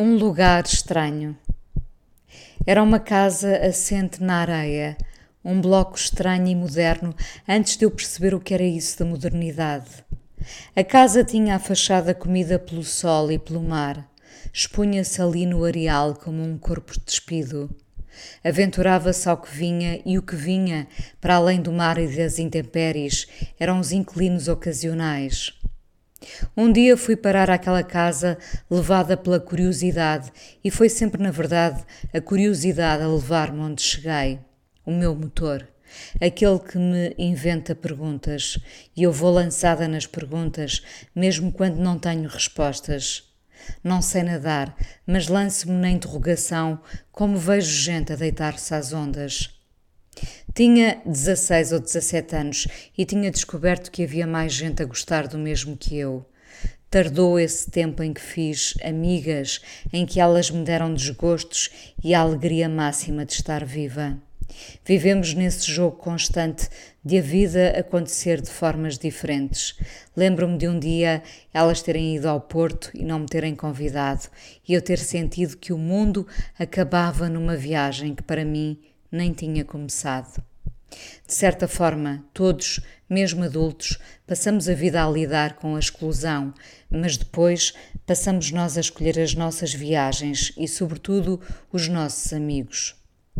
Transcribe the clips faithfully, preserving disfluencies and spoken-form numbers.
Um lugar estranho. Era uma casa assente na areia, um bloco estranho e moderno, antes de eu perceber o que era isso da modernidade. A casa tinha a fachada comida pelo sol e pelo mar. Expunha-se ali no areal como um corpo despido. Aventurava-se ao que vinha, e o que vinha, para além do mar e das intempéries, eram os inquilinos ocasionais. Um dia fui parar àquela casa levada pela curiosidade, e foi sempre, na verdade, a curiosidade a levar-me onde cheguei. O meu motor, aquele que me inventa perguntas, e eu vou lançada nas perguntas, mesmo quando não tenho respostas. Não sei nadar, mas lanço-me na interrogação, como vejo gente a deitar-se às ondas. Tinha dezasseis ou dezassete anos e tinha descoberto que havia mais gente a gostar do mesmo que eu. Tardou esse tempo em que fiz amigas, em que elas me deram desgostos e a alegria máxima de estar viva. Vivemos nesse jogo constante de a vida acontecer de formas diferentes. Lembro-me de um dia elas terem ido ao Porto e não me terem convidado, e eu ter sentido que o mundo acabava numa viagem que para mim nem tinha começado. De certa forma, todos, mesmo adultos, passamos a vida a lidar com a exclusão, mas depois passamos nós a escolher as nossas viagens e, sobretudo, os nossos amigos.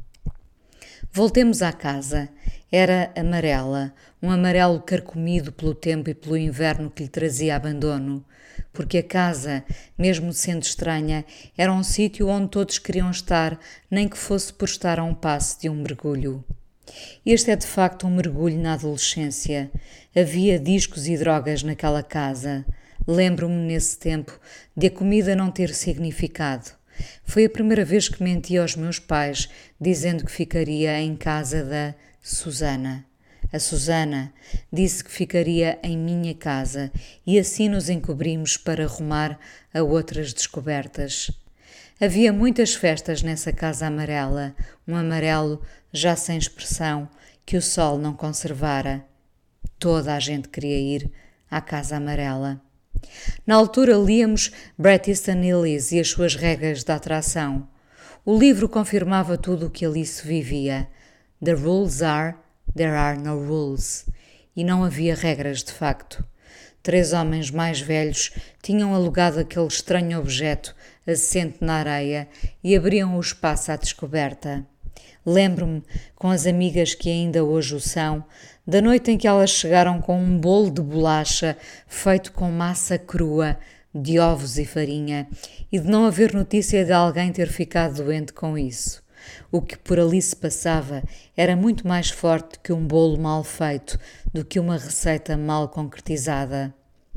Voltemos à casa. Era amarela, um amarelo carcomido pelo tempo e pelo inverno que lhe trazia abandono, porque a casa, mesmo sendo estranha, era um sítio onde todos queriam estar, nem que fosse por estar a um passo de um mergulho. Este é de facto um mergulho na adolescência. Havia discos e drogas naquela casa. Lembro-me nesse tempo de a comida não ter significado. Foi a primeira vez que menti aos meus pais, dizendo que ficaria em casa da Susana. A Susana disse que ficaria em minha casa e assim nos encobrimos para rumar a outras descobertas. Havia muitas festas nessa casa amarela, um amarelo já sem expressão que o sol não conservara. Toda a gente queria ir à casa amarela. Na altura líamos Bret Easton Ellis e as suas regras de atração. O livro confirmava tudo o que ali se vivia. The rules are, there are no rules. E não havia regras de facto. Três homens mais velhos tinham alugado aquele estranho objeto assente na areia e abriam o espaço à descoberta. Lembro-me, com as amigas que ainda hoje o são, da noite em que elas chegaram com um bolo de bolacha feito com massa crua, de ovos e farinha, e de não haver notícia de alguém ter ficado doente com isso. O que por ali se passava era muito mais forte que um bolo mal feito, do que uma receita mal concretizada.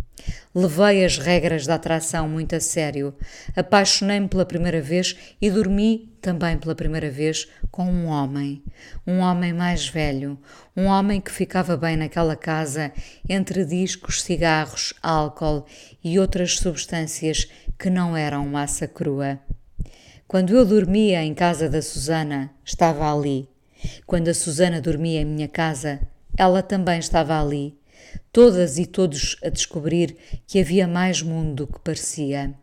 Levei as regras da atração muito a sério. Apaixonei-me pela primeira vez e dormi também pela primeira vez com um homem. Um homem mais velho. Um homem que ficava bem naquela casa entre discos, cigarros, álcool e outras substâncias que não eram massa crua. Quando eu dormia em casa da Susana, estava ali. Quando a Susana dormia em minha casa, ela também estava ali. Todas e todos a descobrir que havia mais mundo do que parecia.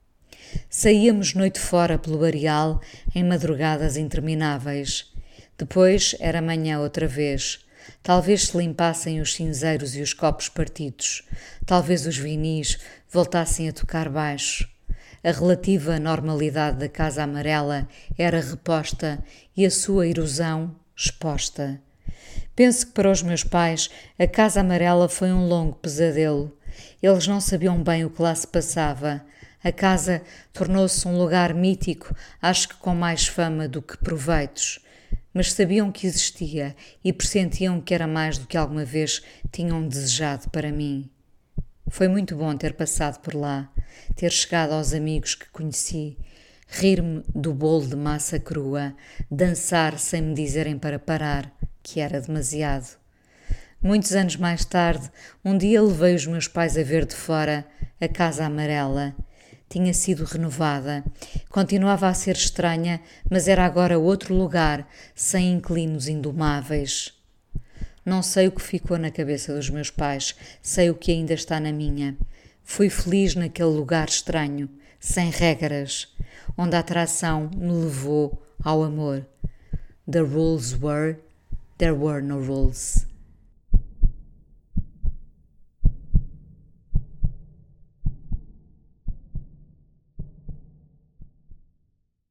Saíamos noite fora pelo areal em madrugadas intermináveis. Depois era manhã outra vez. Talvez se limpassem os cinzeiros e os copos partidos. Talvez os vinis voltassem a tocar baixo. A relativa normalidade da casa amarela era reposta e a sua erosão exposta. Penso que para os meus pais a casa amarela foi um longo pesadelo. Eles não sabiam bem o que lá se passava. A casa tornou-se um lugar mítico, acho que com mais fama do que proveitos. Mas sabiam que existia e pressentiam que era mais do que alguma vez tinham desejado para mim. Foi muito bom ter passado por lá, ter chegado aos amigos que conheci, rir-me do bolo de massa crua, dançar sem me dizerem para parar, que era demasiado. Muitos anos mais tarde, um dia levei os meus pais a ver de fora a casa amarela. Tinha sido renovada. Continuava a ser estranha, mas era agora outro lugar, sem inquilinos indomáveis. Não sei o que ficou na cabeça dos meus pais, sei o que ainda está na minha. Fui feliz naquele lugar estranho, sem regras. onde a atração me levou ao amor. The rules were, there were no rules.